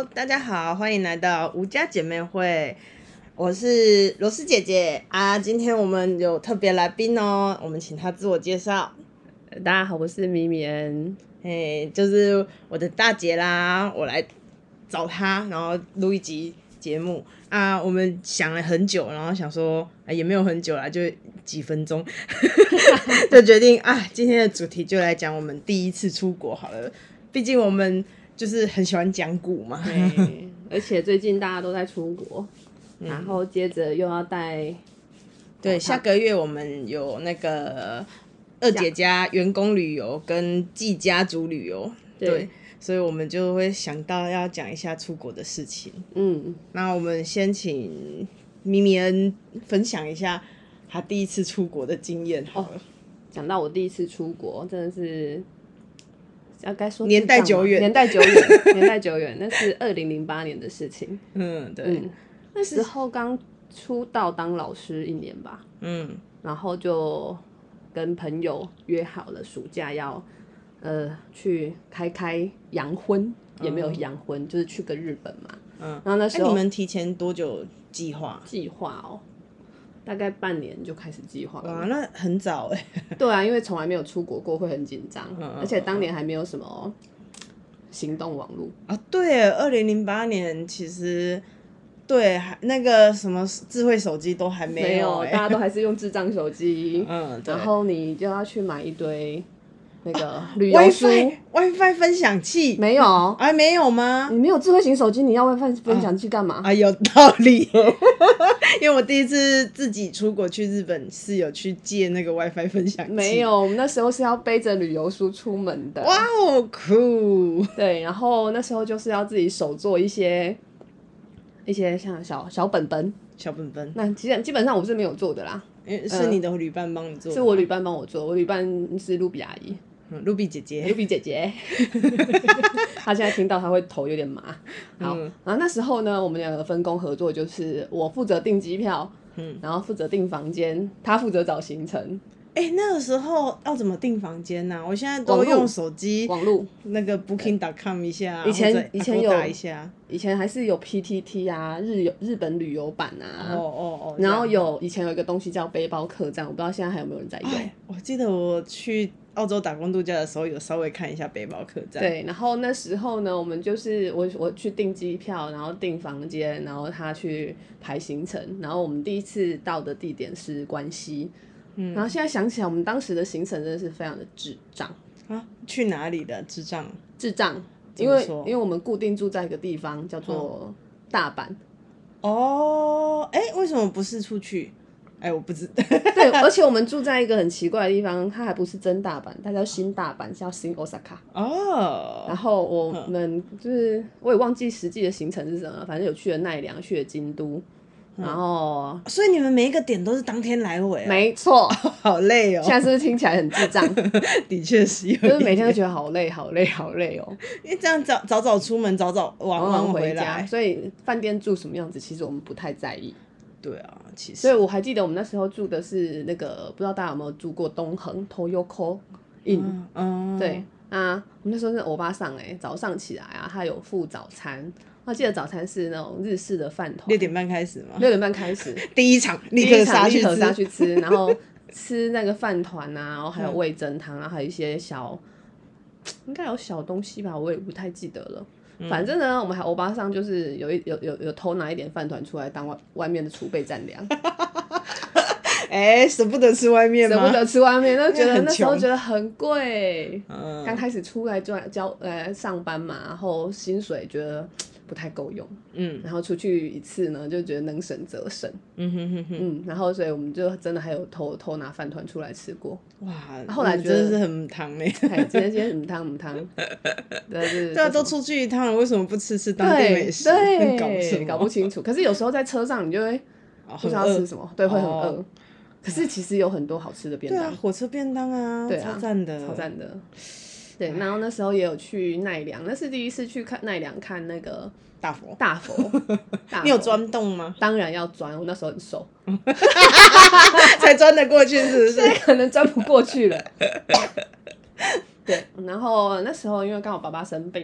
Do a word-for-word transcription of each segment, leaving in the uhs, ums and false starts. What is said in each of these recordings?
大家好，欢迎来到吴家姐妹会，我是罗斯姐姐啊。今天我们有特别来宾哦，我们请她自我介绍。 大家好，我是咪咪恩， 哎，就是我的大姐啦，我来找她，然后录一集节目啊。我们想了很久，然后想说、啊、也没有很久啦，就几分钟就决定啊，今天的主题就来讲我们第一次出国好了。毕竟我们就是很喜欢讲古嘛， 对，而且最近大家都在出国，嗯、然后接着又要带， 对，下个月我们有那个二姐家员工旅游跟季家族旅游，对，对，所以我们就会想到要讲一下出国的事情。嗯，那我们先请咪咪恩分享一下她第一次出国的经验好了。 讲、哦、到我第一次出国，真的是。要该说年代久远， 年代久远，年代久远，那是二零零八年的事情。 嗯，对，嗯、 那时候刚出道当老师一年吧。嗯，然后就跟朋友约好了暑假要呃去开开洋荤，也没有洋荤，嗯、就是去个日本嘛。嗯，然后那时候、 欸、你们提前多久计划？ 计划哦。大概半年就开始计划了。 哇，那很早哎。 对啊，因为从来没有出国过，会很紧张，嗯、而且当年还没有什么行动网络啊。对，二零零八年其实对那个什么智慧手机都还没有， 没有，大家都还是用智障手机。嗯，然后你就要去买一堆那个旅游书、 啊、WiFi 分享器没有？ 哎，没有吗？ 你没有智慧型手机，你要 WiFi 分享器干嘛？ 啊，有道理。因为我第一次自己出国去日本是有去借那个 WiFi 分享器。 没有，我们那时候是要背着旅游书出门的。 哇哦，酷！ 对，然后那时候就是要自己手做一些一些像小小本本。 小本本。 那基基本上我是没有做的啦。 是你的旅伴帮你做的、呃？ 是我旅伴帮我做，我旅伴是露比阿姨。 嗯，露比姐姐， 露比姐姐，她现在听到她会头有点麻。好，嗯、然后那时候呢，我们两个分工合作，就是我负责订机票，嗯，然后负责订房间，她负责找行程。 哎、欸，那个时候要怎么订房间呢、啊？我现在都用手机网路那个 booking dot com 一下， 以前以前有一下， 以前还是有 P T T 啊，日游日本旅游版啊， 哦哦哦， 然后有以前有一个东西叫背包客栈，我不知道现在还有没有人在用。 我记得我去澳洲打工度假的时候，有稍微看一下背包客栈。 对，然后那时候呢，我们就是我我去订机票，然后订房间，然后他去排行程，然后我们第一次到的地点是关西。嗯，然后现在想起来，我们当时的行程真的是非常的智障啊！去哪里的智障？ 智障，因为因为我们固定住在一个地方叫做大阪。 哦，哎，为什么不是出去？哎，我不知道。 对，而且我们住在一个很奇怪的地方，它还不是真大阪，它叫新大阪，叫新 Osaka。哦。然后我们就是我也忘记实际的行程是什么，反正有去了奈良，去了京都。然后、 嗯，所以你们每一个点都是当天来回、哦、 没错， 好累哦。 现在是不是听起来很智障？ 的确是有， 就是每天都觉得好累，好累，好累哦。 因为这样早早早出门，早早晚晚回来， 所以饭店住什么样子，其实我们不太在意。 对啊，其实。 所以我还记得我们那时候住的是那个，不知道大家有没有住过东横 Toyoko Inn？ 嗯，嗯对啊，我们那时候是欧巴桑哎，早上起来啊，他有附早餐。我记得早餐是那种日式的饭团， 六点半开始吗？ 六点半开始， 第一场立刻杀去吃， 杀去吃，然后吃那个饭团啊，然后还有味噌汤，然后还有一些小，应该有小东西吧，我也不太记得了。嗯、反正呢，我们还欧巴桑就是有一有有有偷拿一点饭团出来当外外面的储备战粮。 哎、欸，舍不得吃外面吗？ 舍不得吃外面，那觉得那时候觉得很贵。嗯，刚开始出来就交呃上班嘛，然后薪水觉得不太够用，嗯，然后出去一次呢，就觉得能省则省，嗯哼哼哼，嗯，然后所以我们就真的还有偷偷拿饭团出来吃过。哇，后来觉得真的是很母汤嘞， 哎，今天今天母汤母汤，对对对啊，都出去一趟了，为什么不吃吃当地美食？ 对， 搞什么搞不清楚。可是有时候在车上，你就会不知道吃什么，哦、对，会很饿。哦，可是其实有很多好吃的便当， 对啊，火车便当啊，对啊，超赞的， 超赞的。对，然后那时候也有去奈良，那是第一次去看奈良看那个大佛， 大佛，大佛你有钻洞吗？ 当然要钻，我那时候很瘦， 才钻得过去，是不是？ 现在可能钻不过去了。对，然后那时候因为刚好爸爸生病，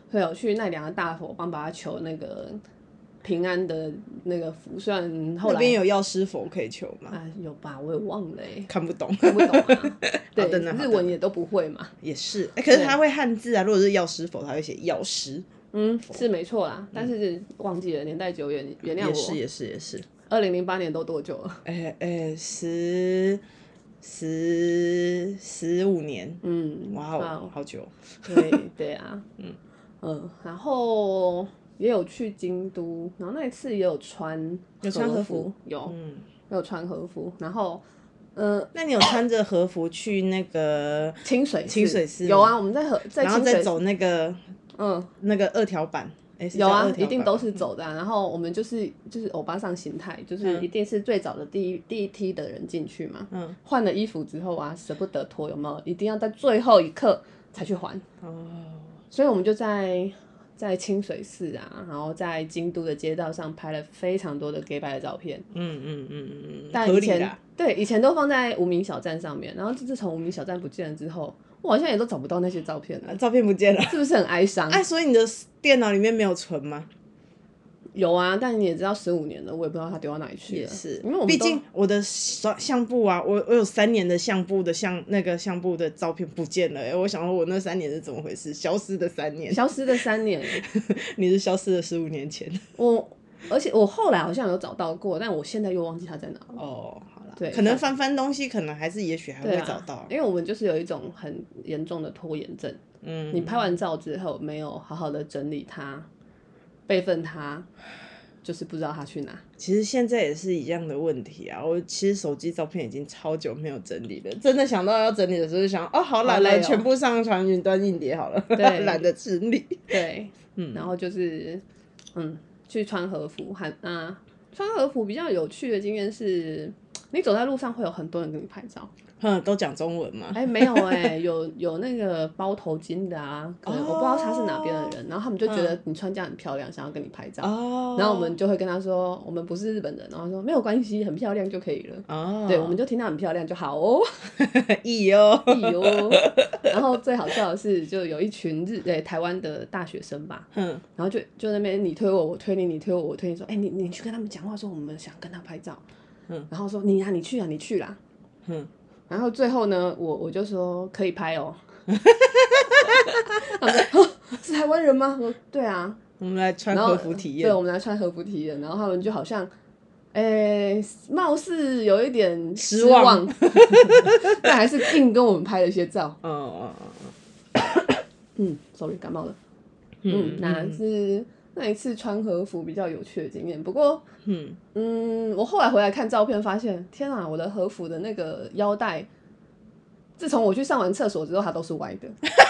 会有去奈良的大佛帮爸爸求那个平安的那个符，虽然后来那边有药师佛可以求吗？ 啊，有吧，我也忘了哎、欸， 看不懂， 看不懂啊。对， 日文也都不会嘛。 也是，哎、欸，可是他会汉字啊。如果是药师佛，他会写药师。 嗯，是没错啦，但是忘记了，年代久远，原谅我。 也是也是也是。 二零零八年都多久了？ 哎、欸、哎、欸，十十十五年。嗯，哇哦，好久。 对对啊，嗯嗯，然后。也有去京都，然后那一次也有穿有穿和服， 有，嗯，有穿和服，然后，嗯、呃， 那你有穿着和服去那个清水清水寺？ 有啊，我们在和在清水， 然后再走那个，嗯，那个二条板，哎、欸， 有啊，一定都是走的、啊。然后我们就是就是欧巴桑心态，就是一定是最早的第一、嗯、第一梯的人进去嘛，嗯，换了衣服之后啊，舍不得脱，有没有？一定要在最后一刻才去还。哦，所以我们就在。在清水寺啊，然后在京都的街道上拍了非常多的 gay 白的照片。嗯嗯嗯嗯但以前对以前都放在无名小站上面，然后自从无名小站不见了之后，我好像也都找不到那些照片了。 照片不见了， 是不是很哀伤？ 哎、啊，所以你的电脑里面没有存吗？ 有啊，但你也知道十五年了，我也不知道它丢到哪里去了。 也是， 因为我们毕竟我的相簿啊，我我有三年的相簿的相那个相簿的照片不见了、欸。我想说，我那三年是怎么回事？消失的三年， 消失的三年， 你是消失了十五年前。 我而且我后来好像有找到过，但我现在又忘记它在哪了。 哦，好啦， 对， 可能翻翻东西，可能还是也许还会找到、 啊。因为我们就是有一种很严重的拖延症。嗯，你拍完照之后没有好好的整理它，备份它。就是不知道他去哪。 其实现在也是一样的问题啊！我其实手机照片已经超久没有整理了，真的想到要整理的时候就想，哦，好懒了、喔，全部上传云端硬碟好了，懒得整理。 对，嗯，然后就是嗯，去穿和服，还啊，穿和服比较有趣的经验是，你走在路上会有很多人跟你拍照。 哼，都讲中文吗？ 哎、欸，没有哎、欸，有有那个包头巾的啊，可能我不知道他是哪边的人，然后他们就觉得你穿这样很漂亮，想要跟你拍照，哦、然后我们就会跟他说，我们不是日本人，然后说没有关系，很漂亮就可以了。哦，对，我们就听到很漂亮就好哦， 意哦， 意哦。然后最好笑的是，就有一群日诶、欸、台湾的大学生吧，嗯，然后就就那边你推我，我推你，你推我，我推你，说，哎、欸，你你去跟他们讲话，说我们想跟他拍照，嗯，然后说你啊，你去啊，你去啦，嗯。然后最后呢，我我就说可以拍哦。他们说、哦、是台湾人吗？我说对啊。 我们来穿和服体验。 对，我们来穿和服体验。然后他们就好像，诶，貌似有一点失望，失望但还是硬跟我们拍了一些照。嗯嗯嗯嗯。sorry， 感冒了。嗯，那是那一次穿和服比较有趣的经验。不过，嗯嗯，我后来回来看照片，发现天啊，我的和服的那个腰带，自从我去上完厕所之后，它都是歪的。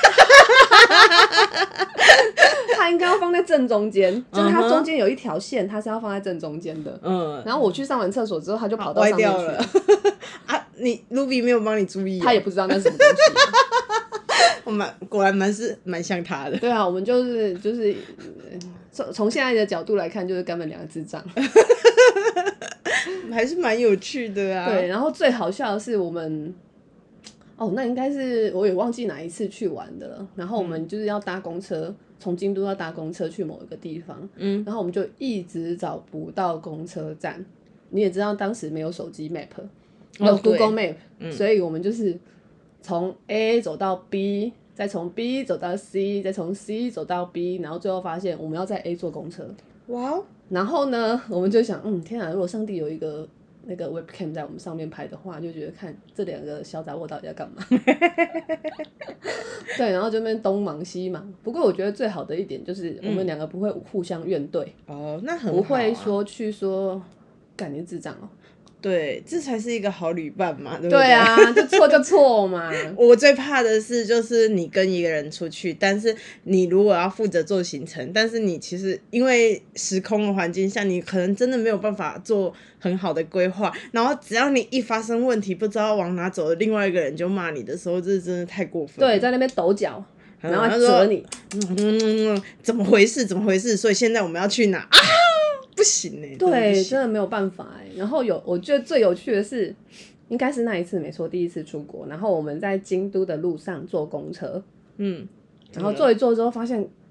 它应该要放在正中间，就是它中间有一条线，它是要放在正中间的。嗯。然后我去上完厕所之后，它就跑到上面去了。 啊，你 Ruby 没有帮你注意、喔？ 他也不知道那是什么东西。 我蛮果然蛮是蛮像他的。 对啊，我们就是就是从从现在的角度来看，就是根本两个智障。 还是蛮有趣的啊。 对，然后最好笑的是我们，哦，那应该是我也忘记哪一次去玩的了。然后我们就是要搭公车，从、嗯、京都要搭公车去某一个地方，嗯，然后我们就一直找不到公车站。你也知道当时没有手机 map， 没有 Google Map，、嗯、所以我们就是从 A 走到 B， 再从 B 走到 C， 再从 C 走到 B， 然后最后发现我们要在 A 坐公车。哇、wow 然后呢，我们就想，嗯，天啊，如果上帝有一个那个 webcam 在我们上面拍的话，就觉得看这两个小杂货到底要干嘛。对，然后就那边东忙西忙。不过我觉得最好的一点就是我们两个不会互相怨怼、 嗯、哦，那很好、啊、 不会说去说干你智障哦。 对，这才是一个好旅伴嘛，对不对？ 对啊，就错就错嘛。 我最怕的是，就是你跟一个人出去，但是你如果要负责做行程，但是你其实因为时空的环境下，你可能真的没有办法做很好的规划，然后只要你一发生问题，不知道往哪走，另外一个人就骂你的时候，这真的太过分了。 对，在那边抖脚，然后责你， 嗯嗯嗯，怎么回事？怎么回事？所以现在我们要去哪啊？不行哎、欸， 对， 真, 真的没有办法哎、欸。然后有，我觉得最有趣的是，应该是那一次没错，第一次出国，然后我们在京都的路上坐公车，嗯，然后坐一坐之后发现，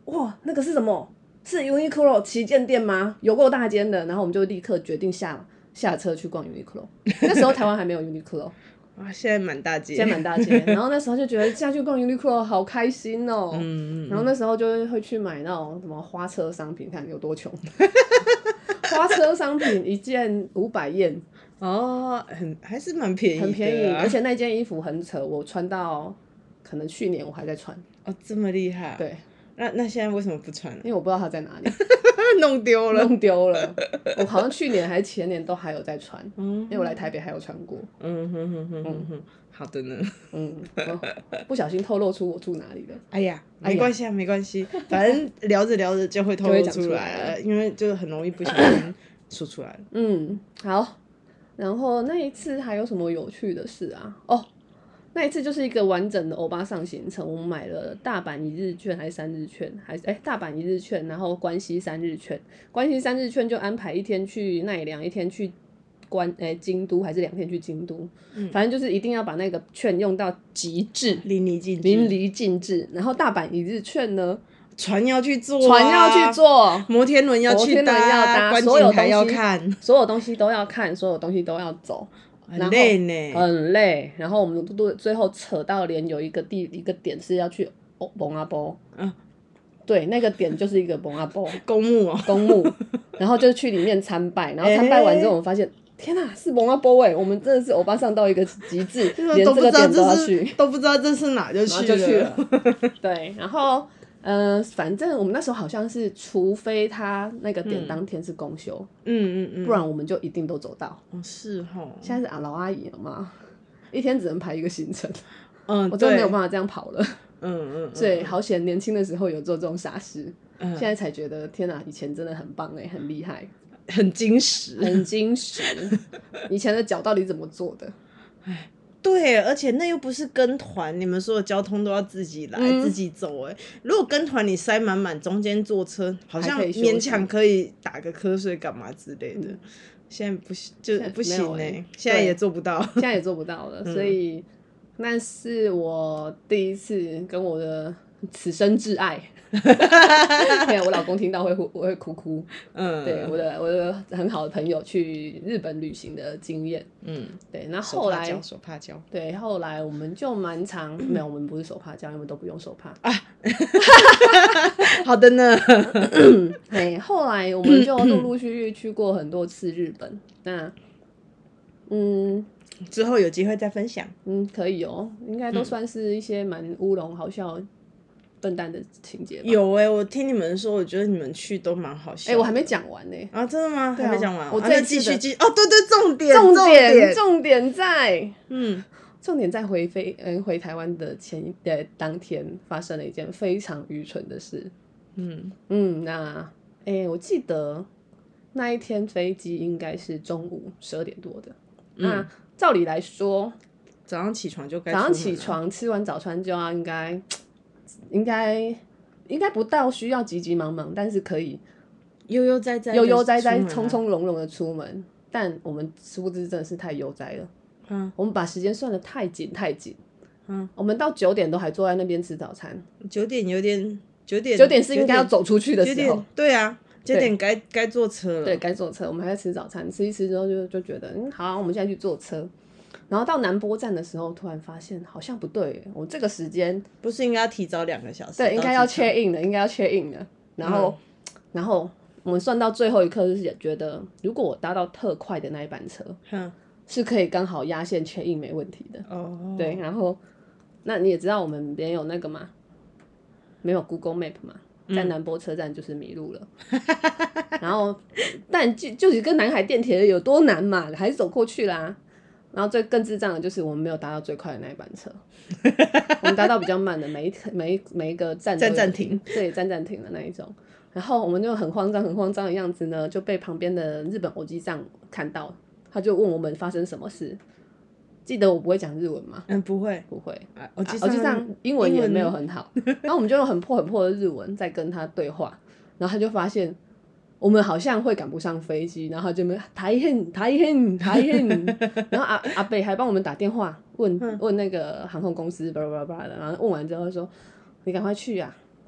哇，那个是什么？是 Uniqlo 旗舰店吗？有够大间的，然后我们就立刻决定下下车去逛 Uniqlo。那时候台湾还没有 Uniqlo。 哇，现在满大街， 现在满大街，然后那时候就觉得下去逛 Uniqlo 好开心哦、喔嗯嗯，然后那时候就会去买那种什么花车商品，看有多穷，花车商品一件五百yen， 哦，很还是蛮便宜的、啊， 很便宜，而且那件衣服很扯，我穿到可能去年我还在穿， 哦，这么厉害， 对， 那那现在为什么不穿了？ 因为我不知道它在哪里。 弄丢了， 弄丢了。我好像去年还前年都还有在穿，嗯，因为我来台北还有穿过。 嗯哼哼哼哼哼，好的呢。 嗯，不小心透露出我住哪里了。 哎呀，没关系啊，没关系，反正聊着聊着就会透露出来了，因为就很容易不小心说出来了。 嗯，好。然后那一次还有什么有趣的事啊？哦。那一次就是一个完整的欧巴桑行程，我们买了大阪一日券还是三日券，还是哎、欸、大阪一日券，然后关西三日券，关西三日券就安排一天去奈良，一天去关哎、欸、京都，还是两天去京都、嗯，反正就是一定要把那个券用到极致， 淋漓尽致， 淋漓尽致。然后大阪一日券呢？ 船要去坐、啊， 船要去坐， 摩天轮要去搭，观景台要看， 所有东西都要看，所有东西都要走。 很累呢， 很累。然后我们都最后扯到连有一个地一个点是要去蒙阿波，嗯，对，那个点就是一个蒙阿波公墓哦， 公墓。然后就去里面参拜，然后参拜完之后，我们发现，欸、天哪，是蒙阿波哎！我们真的是欧巴桑到一个极致，连这个点都要去， 都不知道这是哪就去了， 就去了。对，然后。呃，反正我们那时候好像是，除非他那个点当天是公休，嗯嗯嗯，不然我们就一定都走到。 哦，是齁。 现在是啊老阿姨了嘛，一天只能排一个行程，嗯，我真的没有办法这样跑了，嗯嗯，所以好险年轻的时候有做这种傻事，嗯、现在才觉得天哪，以前真的很棒哎，很厉害， 很精实， 很精实，以前的脚到底怎么做的？ 哎。对，而且那又不是跟团，你们说的交通都要自己来、嗯、自己走哎。如果跟团你塞满满，中间坐车好像勉强可以打个瞌睡干嘛之类的。嗯、现在不行，就不行哎、欸，现在也做不到， 现在也做不到了。所以那是我第一次跟我的此生挚爱。我老公听到会我会哭哭，嗯，对，我的我的很好的朋友去日本旅行的经验，嗯，对，那后来手帕胶， 对，后来我们就蛮常，没有，我们不是手帕胶，因为都不用手帕啊。 好的呢， 对，后来我们就陆陆续续去过很多次日本，那嗯， 之后有机会再分享， 嗯，可以哦，应该都算是一些蛮乌龙好笑。笨蛋的情节有哎、欸，我听你们说，我觉得你们去都蛮好笑。 哎、欸，我还没讲完呢、欸。 啊，真的吗？还没讲完。 我再继续继续。哦，对对，重点， 重点，重点在， 嗯， 重点在回飞，嗯，回台湾的前的当天发生了一件非常愚蠢的事。嗯嗯，那哎、欸，我记得那一天飞机应该是中午十二点多的。嗯、那照理来说， 早上起床就该早上起床吃完早餐就要应该。应该应该不到需要急急忙忙，但是可以悠悠哉哉、 悠悠哉哉、从从容容的出门。但我们殊不知真的是太悠哉了，嗯，我们把时间算得太紧太紧，嗯，我们到九点都还坐在那边吃早餐。 九点有点九点九点是应该要走出去的时候， 对啊，九点该该坐车了， 对，该坐车。我们还在吃早餐，吃一吃之后就就觉得，嗯，好、啊，我们现在去坐车。然后到南波站的时候，突然发现好像不对，我这个时间不是应该要提早两个小时？ 对，应该要 check in 的，应该要 check in 的。然后，嗯、然后我们算到最后一刻，就是觉得如果我搭到特快的那一班车，嗯、是可以刚好压线 check in 没问题的。哦，对，然后那你也知道我们没有那个嘛，没有 Google Map 嘛，在南波车站就是迷路了。嗯、然后，但就就是跟南海电铁有多难嘛，还是走过去啦。然后最更智障的就是我们没有搭到最快的那一班车，我们搭到比较慢的，每一每一每一个站站站停， 对，站站停的那一种。然后我们就很慌张很慌张的样子呢，就被旁边的日本偶机上看到，他就问我们发生什么事。记得我不会讲日文吗？ 嗯，不会不会。 偶机上英文也没有很好，然后我们就用很破很破的日文在跟他对话，然后他就发现。我们好像会赶不上飞机，然后就没台很台很台很，然后阿阿北还帮我们打电话问、嗯、问那个航空公司巴拉巴拉巴拉的，然后问完之后说：“你赶快去啊，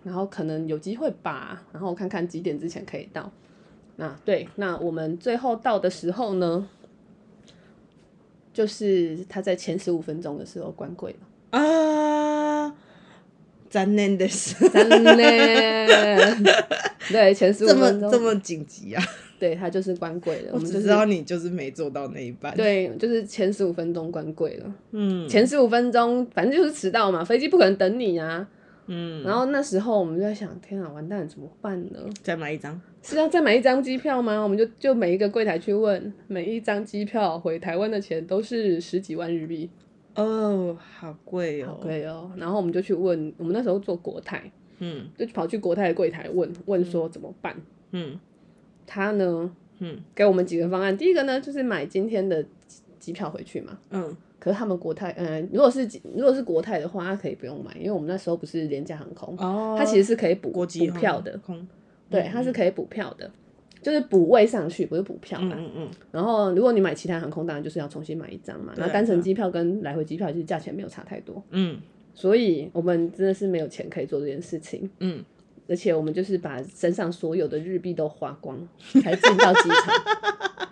然后可能有机会吧，然后看看几点之前可以到。那对，那我们最后到的时候呢，就是他在前十五分钟的时候关柜了啊。残念です。 残念。对，前十五分钟这么这么紧急啊！ 对，他就是关柜了。 我只知道你就是没做到那一半。 对，就是前十五分钟关柜了。嗯，前十五分钟反正就是迟到嘛，飞机不可能等你啊。嗯，然后那时候我们就在想，天啊，完蛋了，怎么办呢？ 再买一张？ 是要再买一张机票吗？我们就就每一个柜台去问，每一张机票回台湾的钱都是十几万日币。 哦，好贵哦， 好贵哦。然后我们就去问，我们那时候做国泰，嗯，就跑去国泰的柜台问问说怎么办。嗯，他呢，嗯，给我们几个方案。第一个呢，就是买今天的机票回去嘛。嗯。可是他们国泰，嗯、呃，如果是如果是国泰的话，他可以不用买，因为我们那时候不是廉价航空，哦，它其实是可以补补票的，对，它是可以补票的，就是补位上去，不是补票啦。嗯嗯嗯。然后如果你买其他航空，当然就是要重新买一张嘛。那单程机票跟来回机票其实价钱没有差太多。嗯。所以我们真的是没有钱可以做这件事情。嗯。而且我们就是把身上所有的日币都花光，才进到机场。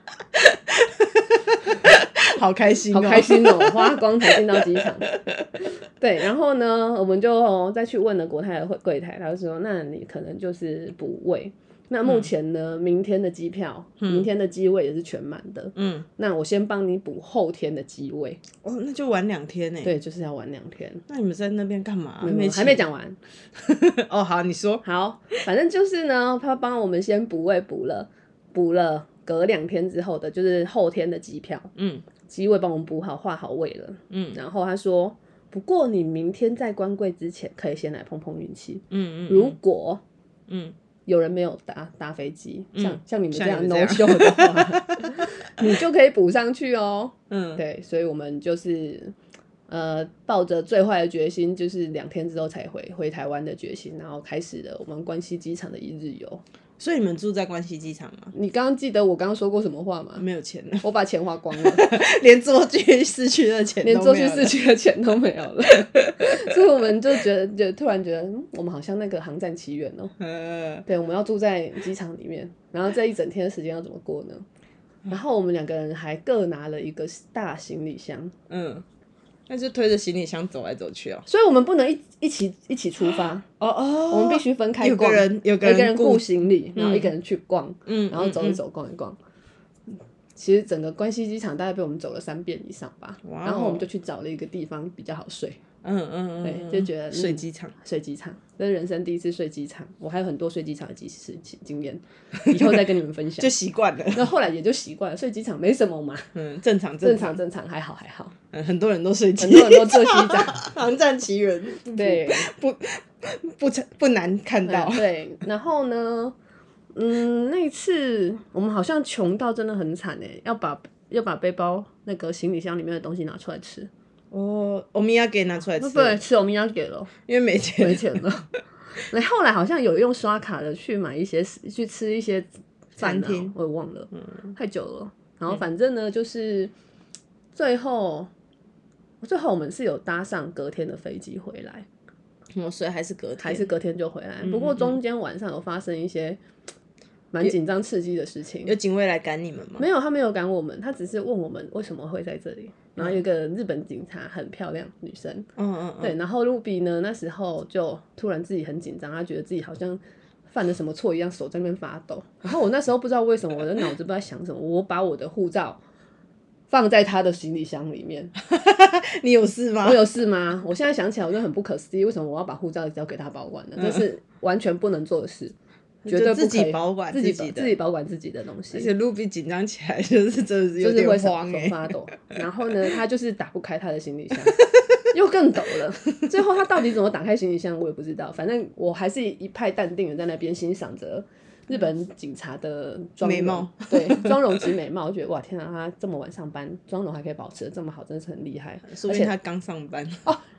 好开心哦， 好开心哦，花光才进到机场。对，然后呢，我们就再去问了国泰的柜台，他就说，那你可能就是补位。那目前呢，嗯、明天的机票、嗯，明天的机位也是全满的。嗯，那我先帮你补后天的机位。 哦，那就晚两天呢？ 对，就是要晚两天。 那你们在那边干嘛？ 还没还没讲完。 哦，好，你说。 好，反正就是呢，他帮我们先补位补了，补了隔两天之后的，就是后天的机票。嗯，机位帮我们补好，画好位了。嗯，然后他说，不过你明天在关柜之前，可以先来碰碰运气。嗯嗯。如果，嗯。有人没有搭搭飞机，像、嗯、像你们这样 no show 的话，你就可以补上去哦。嗯，对，所以我们就是呃抱着最坏的决心，就是两天之后才回回台湾的决心，然后开始了我们关西机场的一日游。 所以你们住在关西机场吗？ 你刚刚记得我刚刚说过什么话吗？ 没有钱， 我把钱花光了， 连坐去市区的钱都没有了， 连坐去市区的钱都没有了。所以我们就觉得，就突然觉得，嗯、我们好像那个航站奇缘哦。对，我们要住在机场里面，然后这一整天的时间要怎么过呢？然后我们两个人还各拿了一个大行李箱，嗯。 那就推着行李箱走来走去哦， 所以我们不能一一起一起出发哦哦，我们必须分开逛， 有个人有个人顾行李，然后一个人去逛，嗯，然后走一走，逛一逛。其实整个关西机场大概被我们走了三遍以上吧，然后我们就去找了一个地方比较好睡。嗯嗯嗯，对，就觉得、嗯、 睡机场， 睡机场，这是人生第一次睡机场，我还有很多睡机场的机事经验，以后再跟你们分享。 就习惯了， 那后来也就习惯了，睡机场没什么嘛， 嗯，正常正常正常，还好还好。 嗯，很多人都睡机， 很多人都坐机长， 航站奇缘， 对， 不不不不难看到、 嗯。对，然后呢，嗯，那一次我们好像穷到真的很惨哎，要把要把背包那个行李箱里面的东西拿出来吃。 哦，欧米亚给拿出来吃， 不能吃欧米亚给了， 因为没钱， 没钱了。那后来好像有用刷卡的去买一些，去吃一些餐厅， 我也忘了，嗯，太久了。然后反正呢，就是最后，最后我们是有搭上隔天的飞机回来， 哦，所以还是隔天， 还是隔天就回来。嗯、不过中间晚上有发生一些蛮紧张刺激的事情。 有警卫来赶你们吗？ 没有，他没有赶我们，他只是问我们为什么会在这里。然后有一个日本警察，很漂亮女生，嗯嗯嗯，对，然后露比呢那时候就突然自己很紧张，她觉得自己好像犯了什么错一样，手在那边发抖。然后我那时候不知道为什么，我的脑子不知道在想什么，我把我的护照放在他的行李箱里面。 你有事吗？ 我有事吗？我现在想起来，我就很不可思议，为什么我要把护照交给他保管呢？这是完全不能做的事。绝对不可以自己保管自己的， 自己保管自己的东西。 而且露比紧张起来就是真的是有点慌欸，手发抖。然后呢，他就是打不开他的行李箱，又更抖了。最后他到底怎么打开行李箱，我也不知道。反正我还是一派淡定的在那边欣赏着日本警察的妆容， 美貌， 对，妆容及美貌。我觉得哇，天啊，他这么晚上班，妆容还可以保持得这么好，真的是很厉害。 说不定他刚上班哦。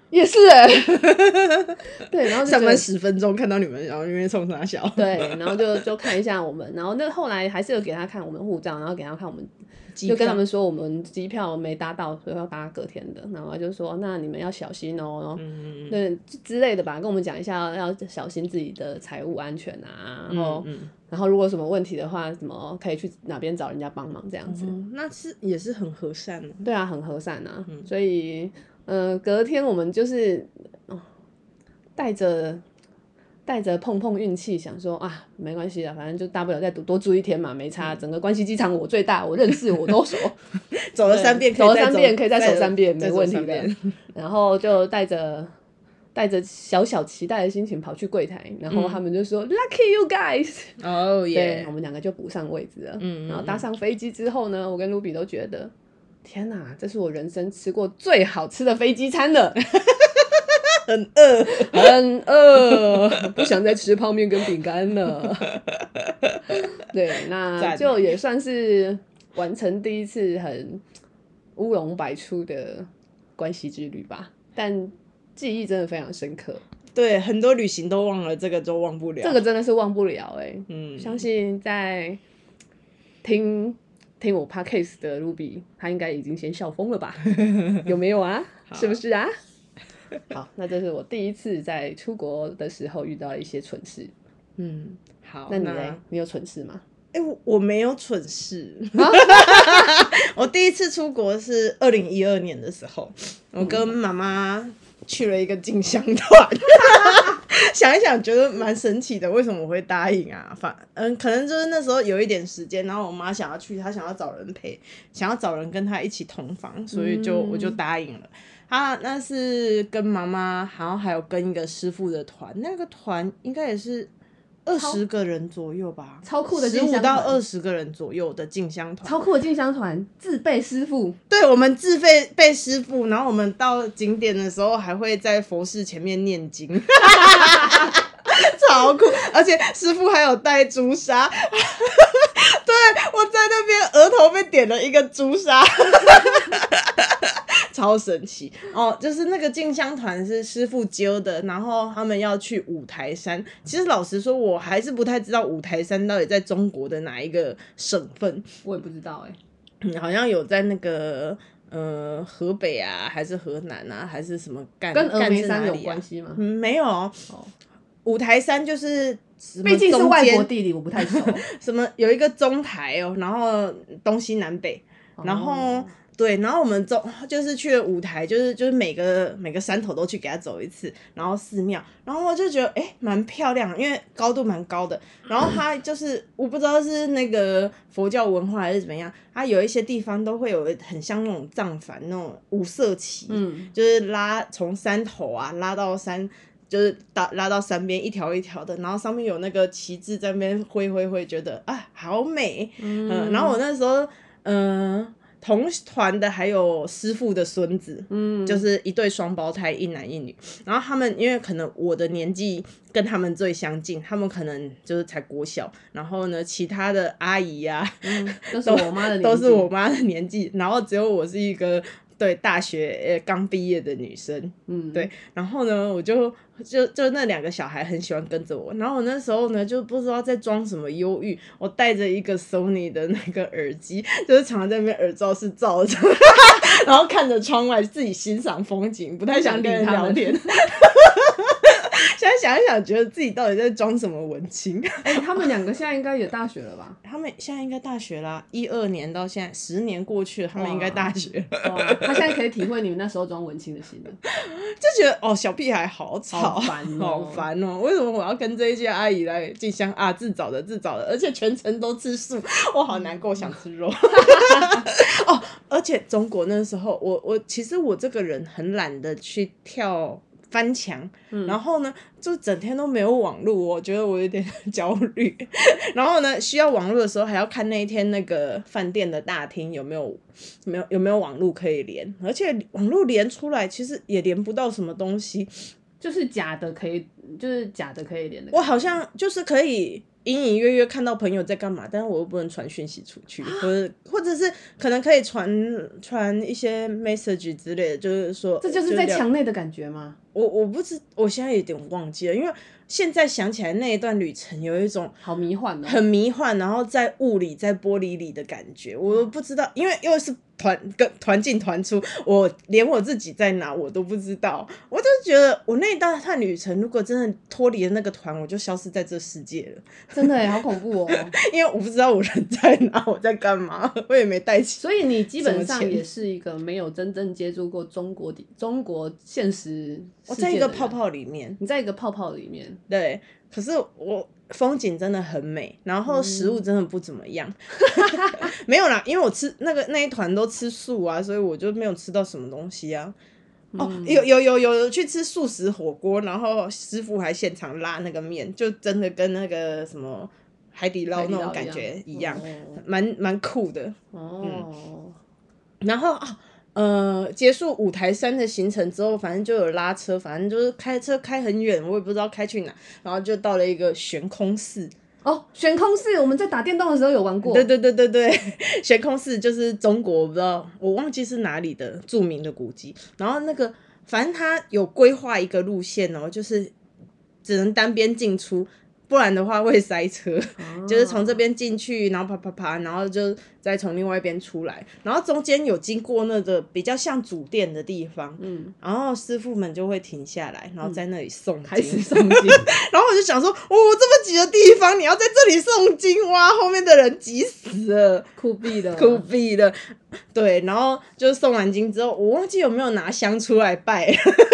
也是哎、欸，对，然后就上班十分钟看到你们，然后因为冲啥笑， 对，然后就就看一下我们，然后那后来还是有给他看我们护照，然后给他看我们，就跟他们说我们机票没搭到，所以要搭隔天的，然后就说那你们要小心哦、喔，嗯、对之类的吧，跟我们讲一下要小心自己的财务安全啊，然后、嗯嗯、然后如果有什么问题的话，什么可以去哪边找人家帮忙这样子， 嗯、那是也是很和善的， 对啊，很和善啊，嗯、所以。呃，隔天我们就是带着带着碰碰运气，想说啊，没关系啦，反正就大不了再多住一天嘛，没差。整个关西机场我最大，我认识，我都熟。 走了三遍， 走了三遍可以再走三遍，没问题的。然后就带着带着小小期待的心情跑去柜台，然后他们就说、嗯、Lucky you guys， 哦耶， 对，我们两个就补上位置了。嗯，然后搭上飞机之后呢，我跟 Ruby 都觉得。天哪，这是我人生吃过最好吃的飞机餐了， 很饿， 很饿，不想再吃泡面跟饼干了。对，那就也算是完成第一次很乌龙百出的关西之旅吧，但记忆真的非常深刻。 对，很多旅行都忘了，这个就忘不了。 这个真的是忘不了哎、欸，嗯，相信在听。听我 podcast 的 Ruby， 他应该已经先笑疯了吧？有没有啊？是不是啊？好，那这是我第一次在出国的时候遇到一些蠢事。 嗯，好， 那你呢？你有蠢事吗？ 哎、欸，我我没有蠢事。我第一次出国是二零一二年的时候，我跟妈妈去了一个进香团。想一想觉得蛮神奇的，为什么我会答应啊？反嗯，可能就是那时候有一点时间，然后我妈想要去，她想要找人陪，想要找人跟她一起同房，所以就、嗯、我就答应了。她那是跟妈妈，然后还有跟一个师傅的团，那个团应该也是二十个人左右吧， 超酷的进香团， 十五到二十个人左右的进香团， 超酷的进香团，自备师傅。 对，我们自费备师傅，然后我们到景点的时候还会在佛寺前面念经，超酷！而且师傅还有带朱砂，对，我在那边额头被点了一个朱砂。超神奇哦！就是那个进香团是师傅揪的，然后他们要去五台山。其实老实说，我还是不太知道五台山到底在中国的哪一个省份。 我也不知道哎、 欸嗯，好像有在那个呃河北啊，还是河南啊，还是什么干？ 跟峨眉山有关系吗？ 嗯，没有哦。五台山就是毕竟是外国地理，我不太熟。 什么有一个中台哦，然后东西南北，然后。哦对，然后我们走就是去了五台，就是就是每个每个山头都去给他走一次，然后寺庙，然后我就觉得哎蛮漂亮，因为高度蛮高的，然后它就是我不知道是那个佛教文化还是怎么样，它有一些地方都会有很像那种藏幡那种五色旗，嗯，就是拉从山头啊拉到山。就是拉拉到山边一条一条的，然后上面有那个旗帜在那边挥挥挥，觉得啊好美，嗯，嗯然后我那时候嗯。呃同团的还有师傅的孙子，嗯，就是一对双胞胎，一男一女。然后他们因为可能我的年纪跟他们最相近，他们可能就是才国小。然后呢，其他的阿姨呀、啊， 嗯，都是我妈的年纪， 都是我妈的年纪。然后只有我是一个对大学呃刚毕业的女生，嗯，对。然后呢，我就就就那两个小孩很喜欢跟着我。然后我那时候呢就不知道在装什么忧郁，我带着一个 Sony 的那个耳机，就是常常在那边耳罩是罩着，然后看着窗外自己欣赏风景，不太想跟人聊天。现在想一想，觉得自己到底在装什么文青？ 哎、欸，他们两个现在应该也大学了吧？ 他们现在应该大学啦，一二年到现在十年过去了，他们应该大学了。 哇，他现在可以体会你们那时候装文青的心了， 就觉得哦，小屁孩好吵， 好烦哦， 好烦哦！为什么我要跟这一些阿姨来进香啊？自找的，自找的，而且全程都吃素，我好难过，想吃肉。哦，而且中国那时候，我我其实我这个人很懒得去跳。翻墙，嗯、然后呢，就整天都没有网路，我觉得我有点焦虑。然后呢，需要网路的时候，还要看那一天那个饭店的大厅有没有没有有没有网路可以连，而且网路连出来，其实也连不到什么东西， 就是假的可以，就是假的可以连的。 我好像就是可以隐隐约约看到朋友在干嘛，但是我又不能传讯息出去，或者或者是可能可以传传一些 message 之类的，就是说这就是在墙内的感觉吗？ 我我不知，我现在有点忘记了，因为现在想起来那一段旅程有一种好迷幻哦， 很迷幻，然后在雾里在玻璃里的感觉，我不知道，因为又是团跟团进团出，我连我自己在哪我都不知道，我就觉得我那一段趟旅程如果真的脱离了那个团，我就消失在这世界了， 真的耶，好恐怖哦， 因为我不知道我人在哪，我在干嘛，我也没带起， 所以你基本上也是一个没有真正接触过中国的中国现实。 我在一个泡泡里面， 你在一个泡泡里面， 对，可是我风景真的很美，然后食物真的不怎么样，嗯、没有啦，因为我吃那个那一团都吃素啊，所以我就没有吃到什么东西啊。嗯、哦，有有有有去吃素食火锅，然后师傅还现场拉那个面，就真的跟那个什么海底捞那种感觉一样，蛮蛮、哦、酷的。哦，嗯、然后啊。呃，结束五台山的行程之后，反正就有拉车，反正就是开车开很远，我也不知道开去哪，然后就到了一个悬空寺。 哦，悬空寺我们在打电动的时候有玩过。 对对对对对，悬空寺就是中国我不知道，我忘记是哪里的著名的古迹。然后那个反正他有规划一个路线哦，就是只能单边进出。不然的话会塞车，哦、就是从这边进去，然后啪啪啪，然后就再从另外一边出来，然后中间有经过那个比较像主店的地方，嗯，然后师傅们就会停下来，然后在那里诵经， 开始诵经， 然后我就想说，哦，这么挤的地方，你要在这里诵经，哇，后面的人挤死了， 酷毙了， 酷毙了，对，然后就诵完经之后，我忘记有没有拿香出来拜。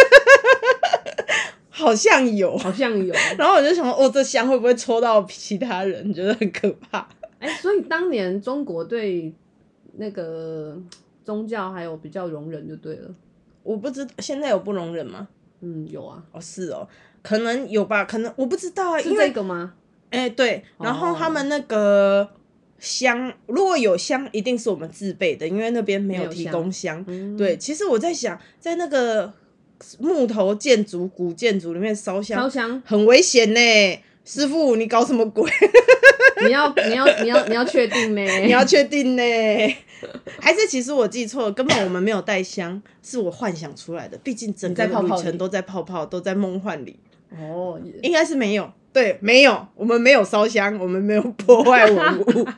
好像有， 好像有。 然后我就想说，哦，这香会不会戳到其他人？觉得很可怕。 哎、欸，所以当年中国对那个宗教还有比较容忍就对了。 我不知道现在有不容忍吗？ 嗯，有啊。 哦，是哦，可能有吧，可能我不知道啊。 是这个吗？ 哎、欸，对。然后他们那个香，如果有香，一定是我们自备的，因为那边没有提供香。嗯、对，其实我在想，在那个。木头建筑、古建筑里面烧香， 烧香很危险呢。师傅，你搞什么鬼？ 你要你要你要你要确定呢？ 你要确定呢？还是其实我记错了，根本我们没有带香，是我幻想出来的。毕竟整个旅程都在泡泡，都在梦幻里。哦，应该是没有。对，没有，我们没有烧香，我们没有破坏文物。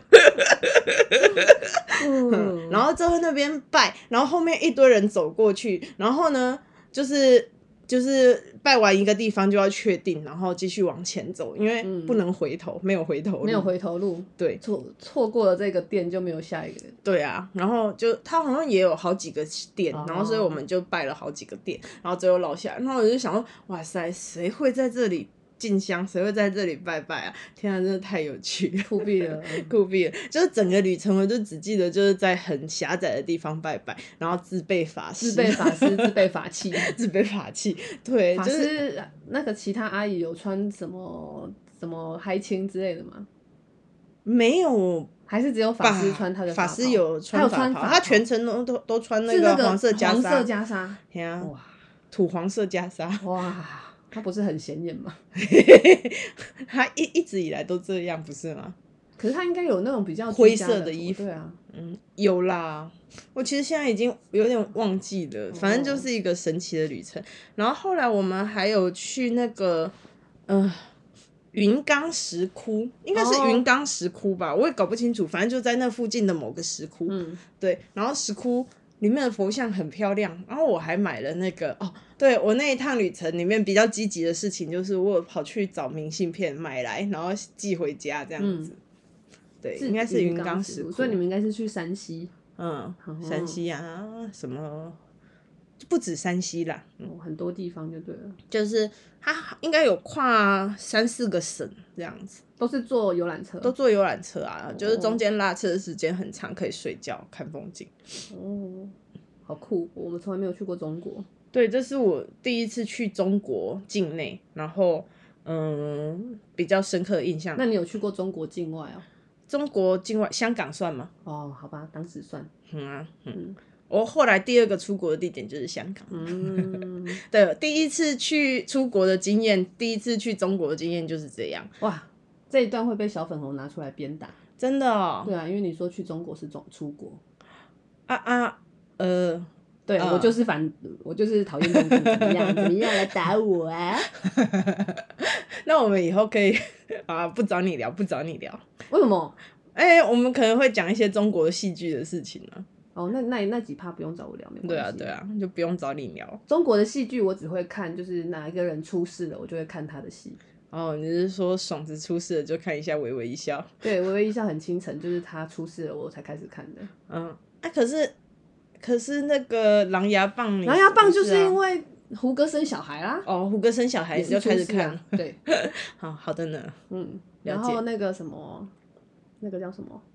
嗯、然后就在那边拜，然后后面一堆人走过去，然后呢？就是就是拜完一个地方就要确定，然后继续往前走，因为不能回头，嗯、没有回头路， 没有回头路， 对， 错错过了这个店就没有下一个。 对啊，然后就他好像也有好几个店，哦、然后所以我们就拜了好几个店，然后最后落下来，然后我就想说，哇塞，谁会在这里进香，谁会在这里拜拜啊？天啊，真的太有趣了， 酷毙了， 酷毙了！就是整个旅程，我就只记得就是在很狭窄的地方拜拜，然后自备法师、 自备法师、自备法器、 自备法器。对， 法师、 就是、 那个其他阿姨有穿什么什么嗨青之类的吗？ 没有。 还是只有法师穿他的法袍？法师有穿法袍，他全程都都都穿那个黄色袈裟， 黄色袈裟， 天啊，哇，土黄色袈裟， 哇。他不是很显眼吗？ 他一一直以来都这样，不是吗？ 可是他应该有那种比较灰色的衣服， 对啊， 嗯，有啦。我其实现在已经有点忘记了，反正就是一个神奇的旅程。然后后来我们还有去那个，呃，云冈石窟，应该是云冈石窟吧，我也搞不清楚，反正就在那附近的某个石窟。嗯，对，然后石窟里面的佛像很漂亮，然后我还买了那个哦。对，我那一趟旅程里面比较积极的事情就是我有跑去找明信片买来，然后寄回家这样子。嗯、对，应该是云冈石窟， 所以你们应该是去山西。 嗯，山西啊，什么不止山西啦、 嗯哦，很多地方就对了。 就是它应该有跨三四个省这样子， 都是坐游览车， 都坐游览车啊，哦、就是中间拉车的时间很长，可以睡觉看风景。 哦，好酷！我们从来没有去过中国。 对，这是我第一次去中国境内，然后嗯，比较深刻的印象。 那你有去过中国境外哦？ 中国境外，香港算吗？ 哦，好吧，当时算。 嗯啊，嗯。嗯我后来第二个出国的地点就是香港。嗯，对，第一次去出国的经验，第一次去中国的经验就是这样。 哇， 这一段会被小粉红拿出来鞭打。 真的哦。 对啊，因为你说去中国是中出国。 啊啊，呃， 对、呃、我就是反，我就是讨厌中国，怎么样怎么样来打我啊？ 那我们以后可以啊，不找你聊，不找你聊。 为什么？ 哎、欸，我们可能会讲一些中国戏剧的事情呢、 啊。哦，那那那几趴不用找我聊，没关系。 对啊，对啊，就不用找你聊。 中国的戏剧我只会看，就是哪一个人出事了，我就会看他的戏。 哦，你是说爽子出事了就看一下微微一笑？ 对，微微一笑很倾城，就是他出事了我才开始看的。 嗯，啊，可是可是那个《琅琊榜》， 琅琊榜就是因为胡歌生小孩啦。 哦，胡歌生小孩你就开始看， 啊、对， 好好的呢。 嗯，然后那个什么，那个叫什么？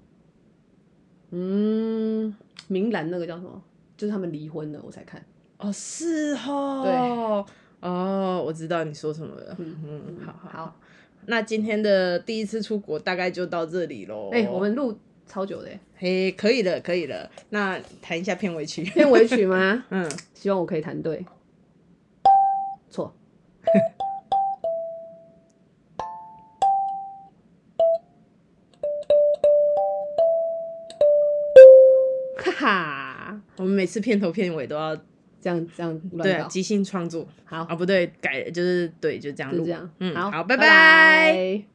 嗯，明兰那个叫什么？就是他们离婚了，我才看。 哦，是哦。 对。 哦，我知道你说什么了。嗯嗯，好好好。 那今天的第一次出国大概就到这里咯。 哎、欸，我们录超久的。 嘿，可以了，可以了。那弹一下片尾曲。 片尾曲吗？ 嗯， 希望我可以弹对。错。哈哈， 我们每次片头片尾都要这样这样乱搞。 对啊，即兴创作。 好啊，不对，改就是对，就这样录。 就这样。 嗯， 好， 好，拜拜拜。